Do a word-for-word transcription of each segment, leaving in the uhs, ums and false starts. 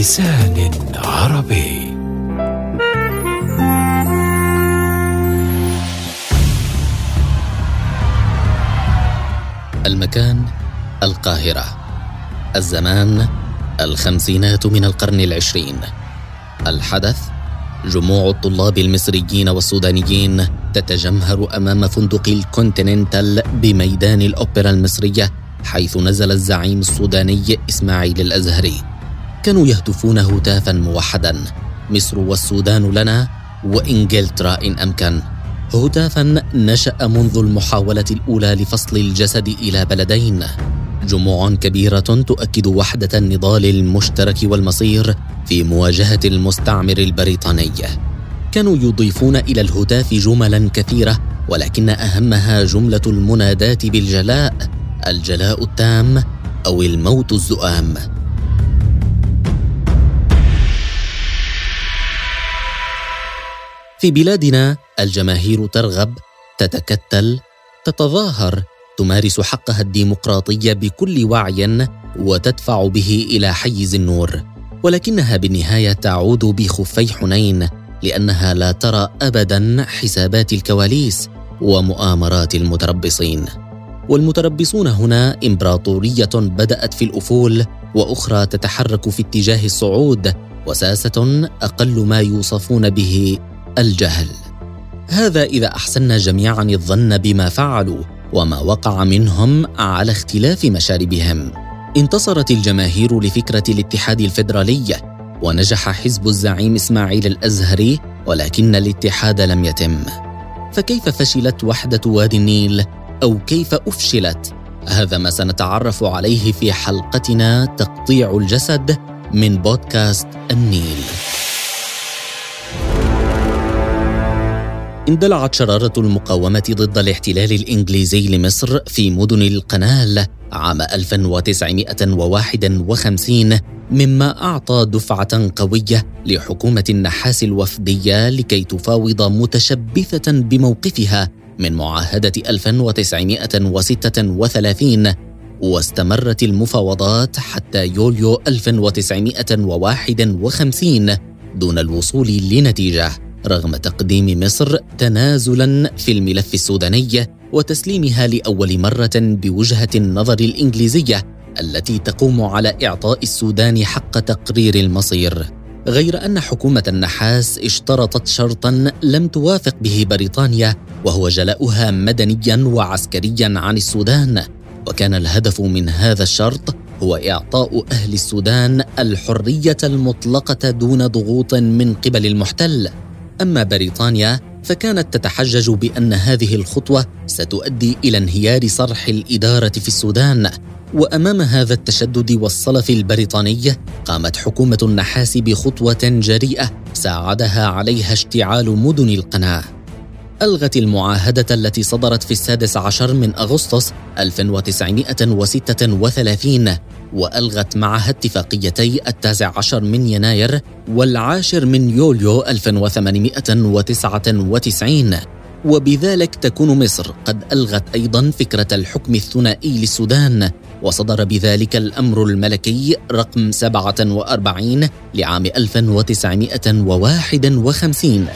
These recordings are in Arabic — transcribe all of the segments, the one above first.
بلسان عربي. المكان القاهرة. الزمان الخمسينات من القرن العشرين. الحدث جموع الطلاب المصريين والسودانيين تتجمهر أمام فندق الكونتيننتال بميدان الأوبرا المصرية، حيث نزل الزعيم السوداني إسماعيل الأزهري. كانوا يهتفون هتافا موحدا: مصر والسودان لنا، وإنجلترا إن أمكن. هتافا نشأ منذ المحاولة الأولى لفصل الجسد إلى بلدين. جموع كبيرة تؤكد وحدة النضال المشترك والمصير في مواجهة المستعمر البريطاني. كانوا يضيفون إلى الهتاف جملا كثيرة، ولكن أهمها جملة المنادات بالجلاء، الجلاء التام أو الموت الزؤام. في بلادنا الجماهير ترغب، تتكتل، تتظاهر، تمارس حقها الديمقراطي بكل وعي وتدفع به إلى حيز النور، ولكنها بالنهاية تعود بخفي حنين، لأنها لا ترى أبداً حسابات الكواليس ومؤامرات المتربصين. والمتربصون هنا إمبراطورية بدأت في الأفول، وأخرى تتحرك في اتجاه الصعود، وساسة أقل ما يوصفون به الجهل. هذا إذا أحسننا جميعاً الظن بما فعلوا وما وقع منهم على اختلاف مشاربهم. انتصرت الجماهير لفكرة الاتحاد الفيدرالي، ونجح حزب الزعيم إسماعيل الأزهري، ولكن الاتحاد لم يتم. فكيف فشلت وحدة وادي النيل؟ أو كيف أفشلت؟ هذا ما سنتعرف عليه في حلقتنا تقطيع الجسد من بودكاست النيل. اندلعت شرارة المقاومة ضد الاحتلال الإنجليزي لمصر في مدن القنال عام ألف وتسعمائة وواحد وخمسين، مما أعطى دفعة قوية لحكومة النحاس الوفدية لكي تفاوض متشبثة بموقفها من معاهدة ألف وتسعمائة وستة وثلاثين. واستمرت المفاوضات حتى يوليو ألف وتسعمائة وواحد وخمسين دون الوصول لنتيجة، رغم تقديم مصر تنازلاً في الملف السوداني وتسليمها لأول مرة بوجهة النظر الإنجليزية التي تقوم على إعطاء السودان حق تقرير المصير. غير أن حكومة النحاس اشترطت شرطاً لم توافق به بريطانيا، وهو جلاؤها مدنياً وعسكرياً عن السودان. وكان الهدف من هذا الشرط هو إعطاء أهل السودان الحرية المطلقة دون ضغوط من قبل المحتل. أما بريطانيا فكانت تتحجج بأن هذه الخطوة ستؤدي إلى انهيار صرح الإدارة في السودان. وأمام هذا التشدد والصلف البريطاني قامت حكومة النحاس بخطوة جريئة ساعدها عليها اشتعال مدن القناة. ألغت المعاهدة التي صدرت في السادس عشر من أغسطس ألف وتسعمائة وستة وثلاثين، وألغت معها اتفاقيتي التاسع عشر من يناير والعاشر من يوليو ألف وثمانمائة وتسعة وتسعين. وبذلك تكون مصر قد ألغت أيضاً فكرة الحكم الثنائي للسودان، وصدر بذلك الأمر الملكي رقم سبعة وأربعين لعام ألف وتسعمائة وواحد وخمسين.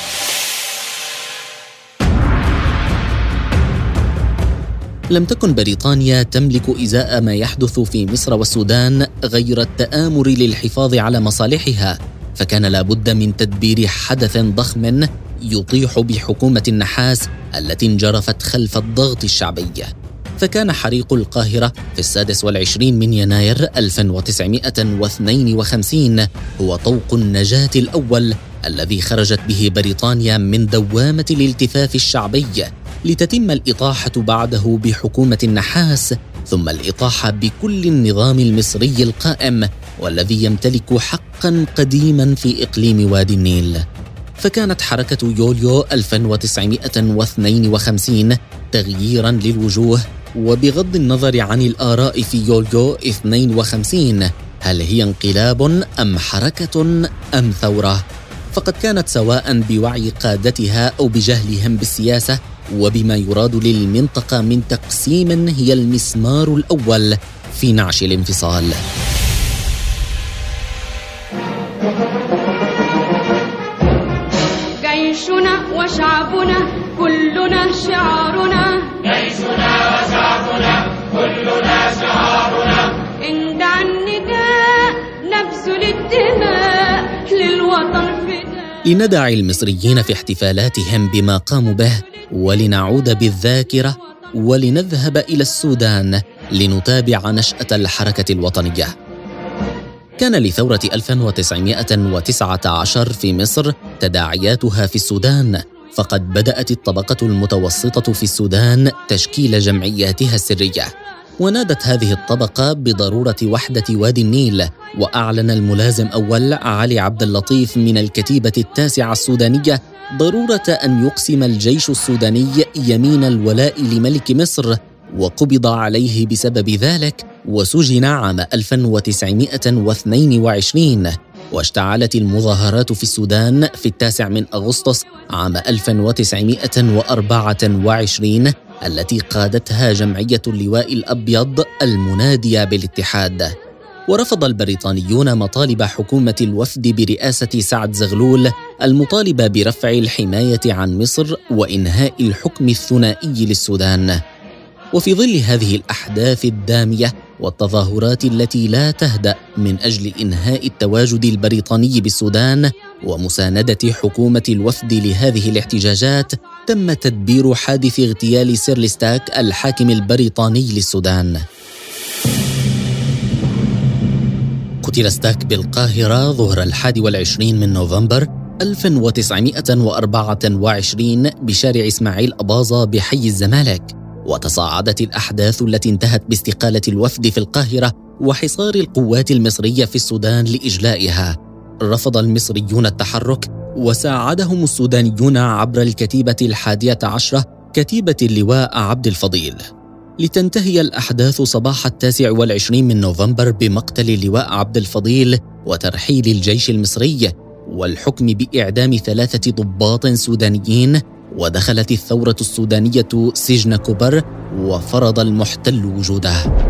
لم تكن بريطانيا تملك إزاء ما يحدث في مصر والسودان غير التآمر للحفاظ على مصالحها، فكان لابد من تدبير حدث ضخم يطيح بحكومة النحاس التي انجرفت خلف الضغط الشعبي. فكان حريق القاهرة في السادس والعشرين من يناير ألف وتسعمائة واثنين وخمسين هو طوق النجاة الأول الذي خرجت به بريطانيا من دوامة الالتفاف الشعبي، لتتم الإطاحة بعده بحكومة النحاس، ثم الإطاحة بكل النظام المصري القائم والذي يمتلك حقاً قديماً في إقليم وادي النيل. فكانت حركة يوليو ألف وتسعمائة واثنين وخمسين تغييراً للوجوه، وبغض النظر عن الآراء في يوليو اثنين وخمسين هل هي انقلاب أم حركة أم ثورة، فقد كانت سواء بوعي قادتها أو بجهلهم بالسياسة وبما يراد للمنطقة من تقسيم هي المسمار الأول في نعش الانفصال. وشعبنا كلنا شعارنا، جيشنا وشعبنا كلنا شعارنا، إن دعا النداء نبذل الدماء للوطن فداء. لندع المصريين في احتفالاتهم بما قاموا به، ولنعود بالذاكرة ولنذهب إلى السودان لنتابع نشأة الحركة الوطنية. كان لثورة ألف وتسعمائة وتسعة عشر في مصر تداعياتها في السودان، فقد بدأت الطبقة المتوسطة في السودان تشكيل جمعياتها السرية، ونادت هذه الطبقة بضرورة وحدة وادي النيل. وأعلن الملازم أول علي عبد اللطيف من الكتيبة التاسعة السودانية ضرورة أن يقسم الجيش السوداني يمين الولاء لملك مصر، وقبض عليه بسبب ذلك وسجن عام ألف وتسعمائة واثنين وعشرين. واشتعلت المظاهرات في السودان في التاسع من أغسطس عام ألف وتسعمائة وأربعة وعشرين التي قادتها جمعية اللواء الأبيض المنادية بالاتحاد. ورفض البريطانيون مطالب حكومة الوفد برئاسة سعد زغلول المطالبة برفع الحماية عن مصر وإنهاء الحكم الثنائي للسودان. وفي ظل هذه الأحداث الدامية والتظاهرات التي لا تهدأ من أجل إنهاء التواجد البريطاني بالسودان ومساندة حكومة الوفد لهذه الاحتجاجات، تم تدبير حادث اغتيال سيرل ستاك الحاكم البريطاني للسودان. قتل ستاك بالقاهرة ظهر الحادي والعشرين من نوفمبر ألف وتسعمائة وأربعة وعشرين بشارع إسماعيل أباظة بحي الزمالك. وتصاعدت الأحداث التي انتهت باستقالة الوفد في القاهرة وحصار القوات المصرية في السودان لإجلائها. رفض المصريون التحرك، وساعدهم السودانيون عبر الكتيبة الحادية عشرة كتيبة اللواء عبد الفضيل، لتنتهي الأحداث صباح التاسع والعشرين من نوفمبر بمقتل اللواء عبد الفضيل وترحيل الجيش المصري والحكم بإعدام ثلاثة ضباط سودانيين. ودخلت الثورة السودانية سجن كوبر وفرض المحتل وجوده.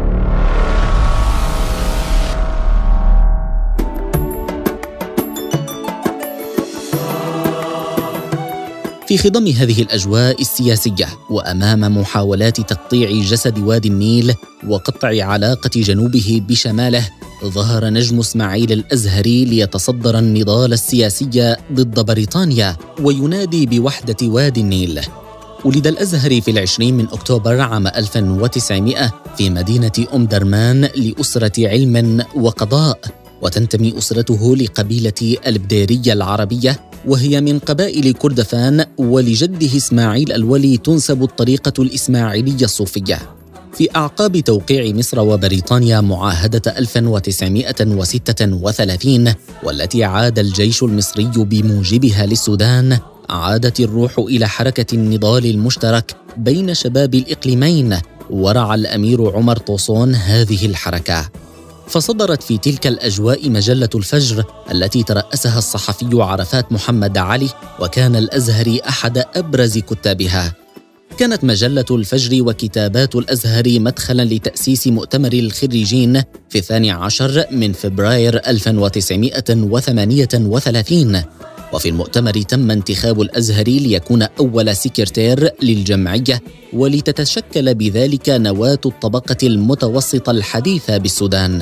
في خضم هذه الأجواء السياسية وأمام محاولات تقطيع جسد وادي النيل وقطع علاقة جنوبه بشماله، ظهر نجم إسماعيل الأزهري ليتصدر النضال السياسي ضد بريطانيا وينادي بوحدة وادي النيل. ولد الأزهري في العشرين من أكتوبر عام ألف وتسعمائة في مدينة أم درمان لأسرة علم وقضاء، وتنتمي أسرته لقبيلة البديرية العربية، وهي من قبائل كردفان، ولجده إسماعيل الولي تنسب الطريقة الإسماعيلية الصوفية. في أعقاب توقيع مصر وبريطانيا معاهدة ألف وتسعمائة وستة وثلاثين والتي عاد الجيش المصري بموجبها للسودان، عادت الروح إلى حركة النضال المشترك بين شباب الإقليمين، ورعى الأمير عمر طوسون هذه الحركة. فصدرت في تلك الأجواء مجلة الفجر التي ترأسها الصحفي عرفات محمد علي، وكان الأزهري أحد أبرز كتابها. كانت مجلة الفجر وكتابات الأزهري مدخلاً لتأسيس مؤتمر الخريجين في الثاني عشر من فبراير ألف وتسعمائة وثمانية وثلاثين. وفي المؤتمر تم انتخاب الأزهري ليكون أول سكرتير للجمعية، ولتتشكل بذلك نواة الطبقة المتوسطة الحديثة بالسودان.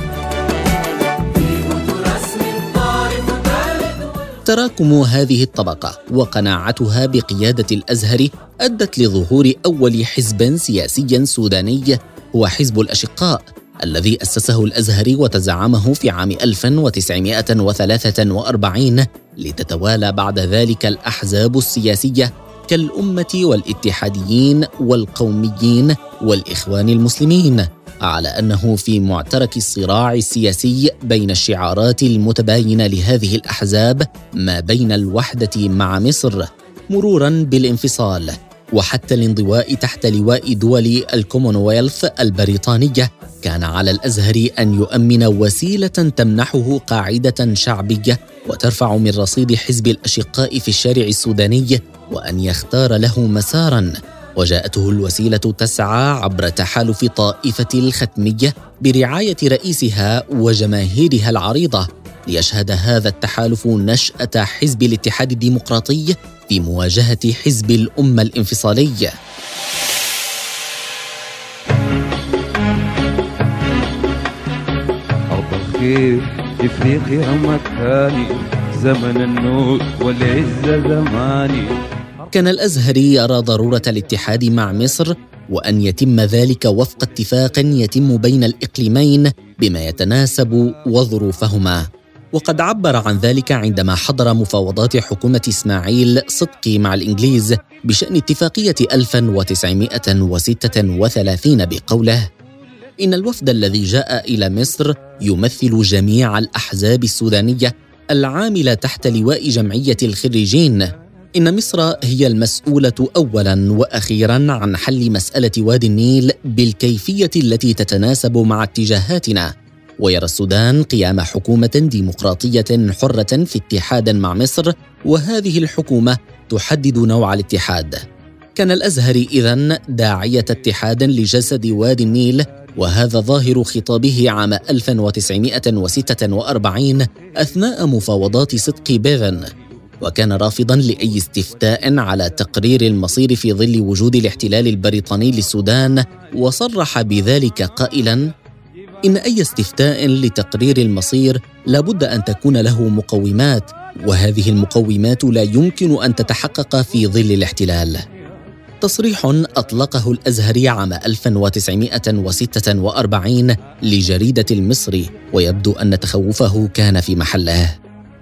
تراكم هذه الطبقة وقناعتها بقيادة الأزهري أدت لظهور أول حزب سياسي سوداني، هو حزب الأشقاء، الذي أسسه الأزهري وتزعمه في عام ألف وتسعمائة وثلاثة وأربعين، لتتوالى بعد ذلك الأحزاب السياسية كالأمة والاتحاديين والقوميين والإخوان المسلمين، على أنه في معترك الصراع السياسي بين الشعارات المتباينة لهذه الأحزاب ما بين الوحدة مع مصر مروراً بالانفصال، وحتى الانضواء تحت لواء دول الكومونويلث البريطانية، كان على الأزهري أن يؤمن وسيلة تمنحه قاعدة شعبية وترفع من رصيد حزب الأشقاء في الشارع السوداني، وأن يختار له مساراً. وجاءته الوسيلة تسعى عبر تحالف طائفة الختمية برعاية رئيسها وجماهيرها العريضة، ليشهد هذا التحالف نشأة حزب الاتحاد الديمقراطي في مواجهة حزب الأمة الانفصالي. أرض الخير إفريقيا مكاني، زمن النور والعزة زماني. كان الأزهري يرى ضرورة الاتحاد مع مصر، وأن يتم ذلك وفق اتفاق يتم بين الإقليمين بما يتناسب وظروفهما. وقد عبر عن ذلك عندما حضر مفاوضات حكومة إسماعيل صدقي مع الإنجليز بشأن اتفاقية ألف وتسعمائة وستة وثلاثين بقوله: إن الوفد الذي جاء إلى مصر يمثل جميع الأحزاب السودانية العاملة تحت لواء جمعية الخريجين. إن مصر هي المسؤولة أولاً وأخيراً عن حل مسألة وادي النيل بالكيفية التي تتناسب مع اتجاهاتنا، ويرى السودان قيام حكومة ديمقراطية حرة في اتحاد مع مصر، وهذه الحكومة تحدد نوع الاتحاد. كان الأزهري إذن داعية اتحاد لجسد وادي النيل، وهذا ظاهر خطابه عام ألف وتسعمائة وستة وأربعين أثناء مفاوضات صدقي بيفن، وكان رافضاً لأي استفتاء على تقرير المصير في ظل وجود الاحتلال البريطاني للسودان، وصرح بذلك قائلاً: إن أي استفتاء لتقرير المصير لابد أن تكون له مقومات، وهذه المقومات لا يمكن أن تتحقق في ظل الاحتلال. تصريح أطلقه الأزهري عام ألف وتسعمائة وستة وأربعين لجريدة المصري، ويبدو أن تخوفه كان في محله.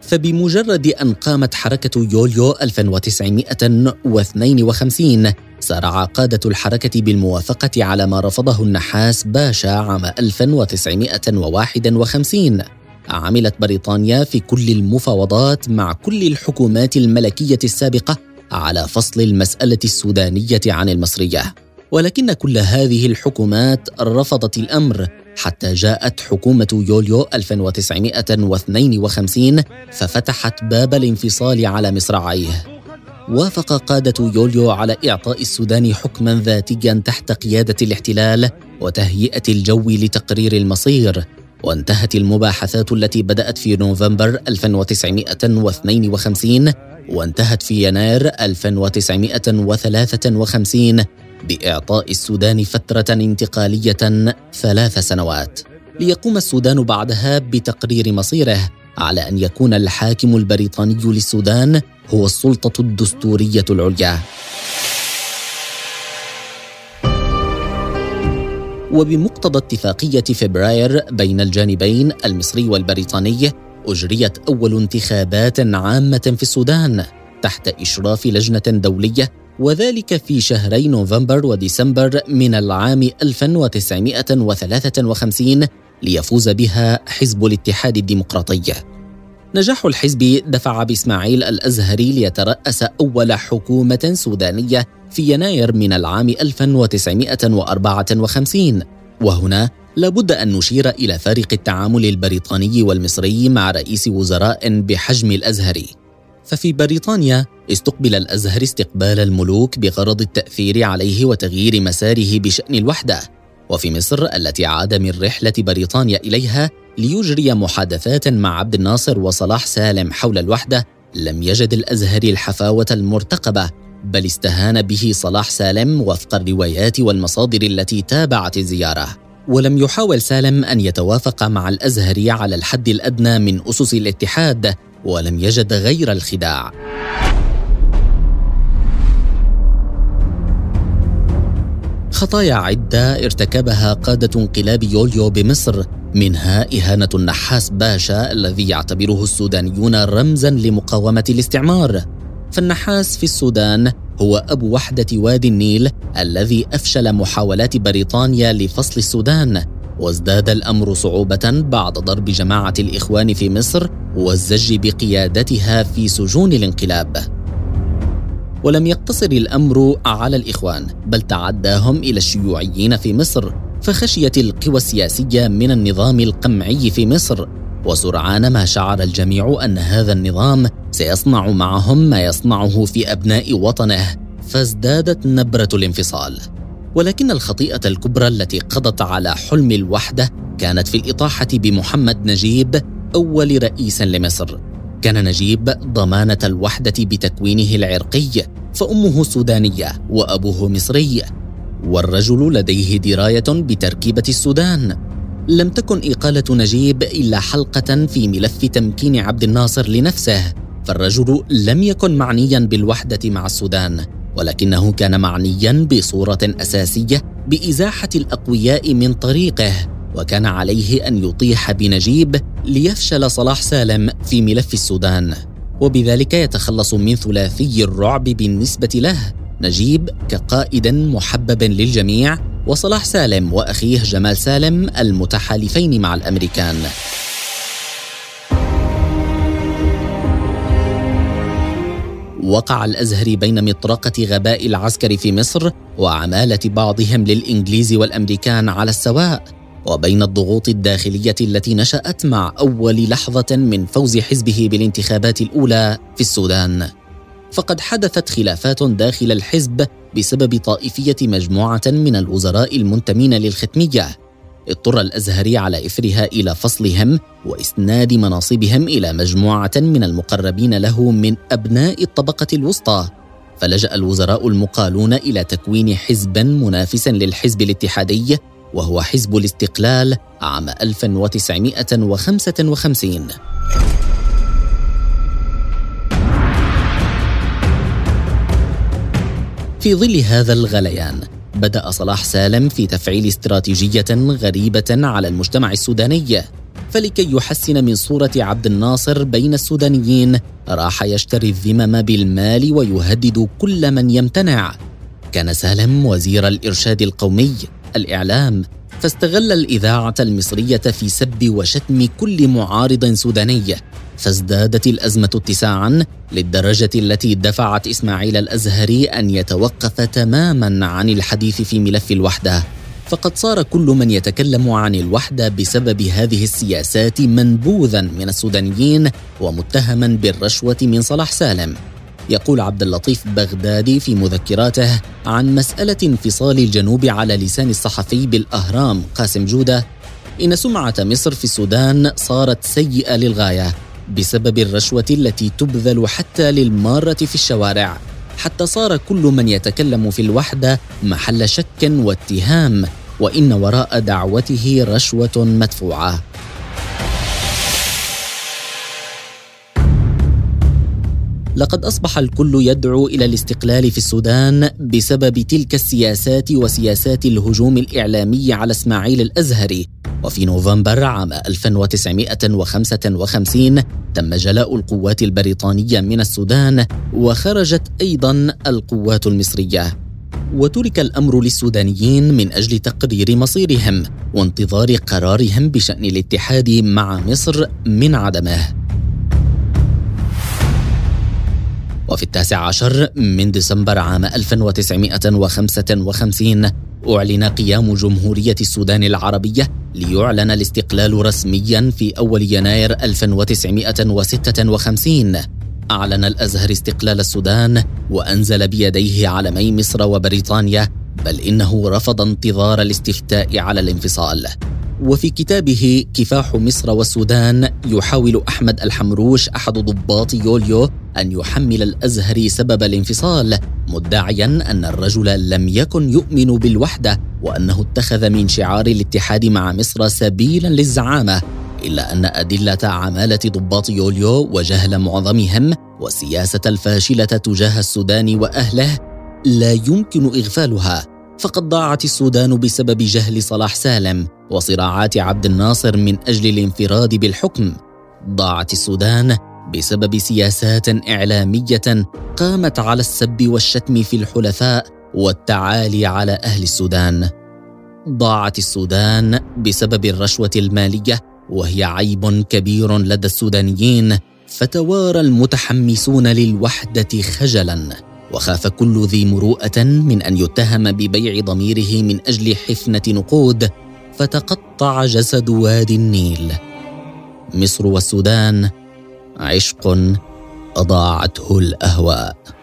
فبمجرد أن قامت حركة يوليو ألف وتسعمائة واثنين وخمسين سارع قادة الحركة بالموافقة على ما رفضه النحاس باشا عام ألف وتسعمائة وواحد وخمسين. عملت بريطانيا في كل المفاوضات مع كل الحكومات الملكية السابقة على فصل المسألة السودانية عن المصرية، ولكن كل هذه الحكومات رفضت الأمر حتى جاءت حكومة يوليو ألف وتسعمائة واثنين وخمسين ففتحت باب الانفصال على مصراعيه. وافق قادة يوليو على إعطاء السودان حكماً ذاتياً تحت قيادة الاحتلال وتهيئة الجو لتقرير المصير، وانتهت المباحثات التي بدأت في نوفمبر ألف وتسعمائة واثنين وخمسين وانتهت في يناير ألف وتسعمائة وثلاثة وخمسين بإعطاء السودان فترة انتقالية ثلاث سنوات، ليقوم السودان بعدها بتقرير مصيره، على أن يكون الحاكم البريطاني للسودان هو السلطة الدستورية العليا. وبمقتضى اتفاقية فبراير بين الجانبين المصري والبريطاني، أجريت أول انتخابات عامة في السودان تحت إشراف لجنة دولية، وذلك في شهري نوفمبر وديسمبر من العام ألف وتسعمائة وثلاثة وخمسين، ليفوز بها حزب الاتحاد الديمقراطي. نجاح الحزب دفع بإسماعيل الأزهري ليترأس أول حكومة سودانية في يناير من العام ألف وتسعمائة وأربعة وخمسين، وهنا لابد أن نشير إلى فارق التعامل البريطاني والمصري مع رئيس وزراء بحجم الأزهري. ففي بريطانيا استقبل الأزهري استقبال الملوك بغرض التأثير عليه وتغيير مساره بشأن الوحدة، وفي مصر التي عاد من رحلة بريطانيا إليها ليجري محادثات مع عبد الناصر وصلاح سالم حول الوحدة، لم يجد الأزهري الحفاوة المرتقبة، بل استهان به صلاح سالم وفق الروايات والمصادر التي تابعت الزيارة. ولم يحاول سالم أن يتوافق مع الأزهري على الحد الأدنى من أسس الاتحاد، ولم يجد غير الخداع. خطايا عدة ارتكبها قادة انقلاب يوليو بمصر، منها إهانة النحاس باشا الذي يعتبره السودانيون رمزاً لمقاومة الاستعمار. فالنحاس في السودان هو أبو وحدة وادي النيل الذي أفشل محاولات بريطانيا لفصل السودان، وازداد الأمر صعوبة بعد ضرب جماعة الإخوان في مصر والزج بقيادتها في سجون الانقلاب. ولم يقتصر الأمر على الإخوان، بل تعداهم إلى الشيوعيين في مصر، فخشيت القوى السياسية من النظام القمعي في مصر، وسرعان ما شعر الجميع أن هذا النظام سيصنع معهم ما يصنعه في أبناء وطنه، فازدادت نبرة الانفصال. ولكن الخطيئة الكبرى التي قضت على حلم الوحدة كانت في الإطاحة بمحمد نجيب أول رئيس لمصر. كان نجيب ضمانة الوحدة بتكوينه العرقي، فأمه سودانية وأبوه مصري، والرجل لديه دراية بتركيبة السودان. لم تكن إقالة نجيب إلا حلقة في ملف تمكين عبد الناصر لنفسه، فالرجل لم يكن معنياً بالوحدة مع السودان، ولكنه كان معنياً بصورة أساسية بإزاحة الأقوياء من طريقه، وكان عليه أن يطيح بنجيب ليفشل صلاح سالم في ملف السودان، وبذلك يتخلص من ثلاثي الرعب بالنسبة له: نجيب كقائد محبب للجميع، وصلاح سالم وأخيه جمال سالم المتحالفين مع الأمريكان. وقع الأزهري بين مطرقة غباء العسكر في مصر وعمالة بعضهم للإنجليز والأمريكان على السواء، وبين الضغوط الداخلية التي نشأت مع أول لحظة من فوز حزبه بالانتخابات الأولى في السودان. فقد حدثت خلافات داخل الحزب بسبب طائفية مجموعة من الوزراء المنتمين للختمية. اضطر الأزهري على إثرها إلى فصلهم وإسناد مناصبهم إلى مجموعة من المقربين له من أبناء الطبقة الوسطى، فلجأ الوزراء المقالون إلى تكوين حزب منافس للحزب الاتحادي، وهو حزب الاستقلال عام ألف وتسعمائة وخمسة وخمسين. في ظل هذا الغليان بدأ صلاح سالم في تفعيل استراتيجية غريبة على المجتمع السوداني، فلكي يحسن من صورة عبد الناصر بين السودانيين راح يشتري الذمم بالمال ويهدد كل من يمتنع. كان سالم وزير الإرشاد القومي الإعلام، فاستغل الإذاعة المصرية في سب وشتم كل معارض سوداني، فازدادت الأزمة اتساعاً للدرجة التي دفعت إسماعيل الأزهري أن يتوقف تماماً عن الحديث في ملف الوحدة، فقد صار كل من يتكلم عن الوحدة بسبب هذه السياسات منبوذاً من السودانيين ومتهماً بالرشوة من صلاح سالم. يقول عبد اللطيف بغدادي في مذكراته عن مسألة انفصال الجنوب على لسان الصحفي بالأهرام قاسم جودة: إن سمعة مصر في السودان صارت سيئة للغاية بسبب الرشوة التي تبذل حتى للمارة في الشوارع، حتى صار كل من يتكلم في الوحدة محل شك واتهام، وإن وراء دعوته رشوة مدفوعة. لقد أصبح الكل يدعو إلى الاستقلال في السودان بسبب تلك السياسات وسياسات الهجوم الإعلامي على إسماعيل الأزهري. وفي نوفمبر عام ألف وتسعمائة وخمسة وخمسين تم جلاء القوات البريطانية من السودان، وخرجت أيضاً القوات المصرية، وترك الأمر للسودانيين من أجل تقرير مصيرهم وانتظار قرارهم بشأن الاتحاد مع مصر من عدمه. وفي التاسع عشر من ديسمبر عام ألف وتسعمائة وخمسة وخمسين أعلن قيام جمهورية السودان العربية ليعلن الاستقلال رسمياً في أول يناير ألف وتسعمائة وستة وخمسين. أعلن الأزهر استقلال السودان وأنزل بيديه علمي مصر وبريطانيا، بل إنه رفض انتظار الاستفتاء على الانفصال. وفي كتابه كفاح مصر والسودان يحاول أحمد الحمروش أحد ضباط يوليو أن يحمل الأزهري سبب الانفصال، مدعياً أن الرجل لم يكن يؤمن بالوحدة وأنه اتخذ من شعار الاتحاد مع مصر سبيلاً للزعامة، إلا أن أدلة عمالة ضباط يوليو وجهل معظمهم والسياسة الفاشلة تجاه السودان وأهله لا يمكن إغفالها، فقد ضاعت السودان بسبب جهل صلاح سالم وصراعات عبد الناصر من أجل الانفراد بالحكم. ضاعت السودان بسبب سياسات إعلامية قامت على السب والشتم في الحلفاء والتعالي على أهل السودان. ضاعت السودان بسبب الرشوة المالية، وهي عيب كبير لدى السودانيين، فتوارى المتحمسون للوحدة خجلاً، وخاف كل ذي مروءة من أن يتهم ببيع ضميره من أجل حفنة نقود، فتقطع جسد وادي النيل. مصر والسودان عشق أضاعته الأهواء.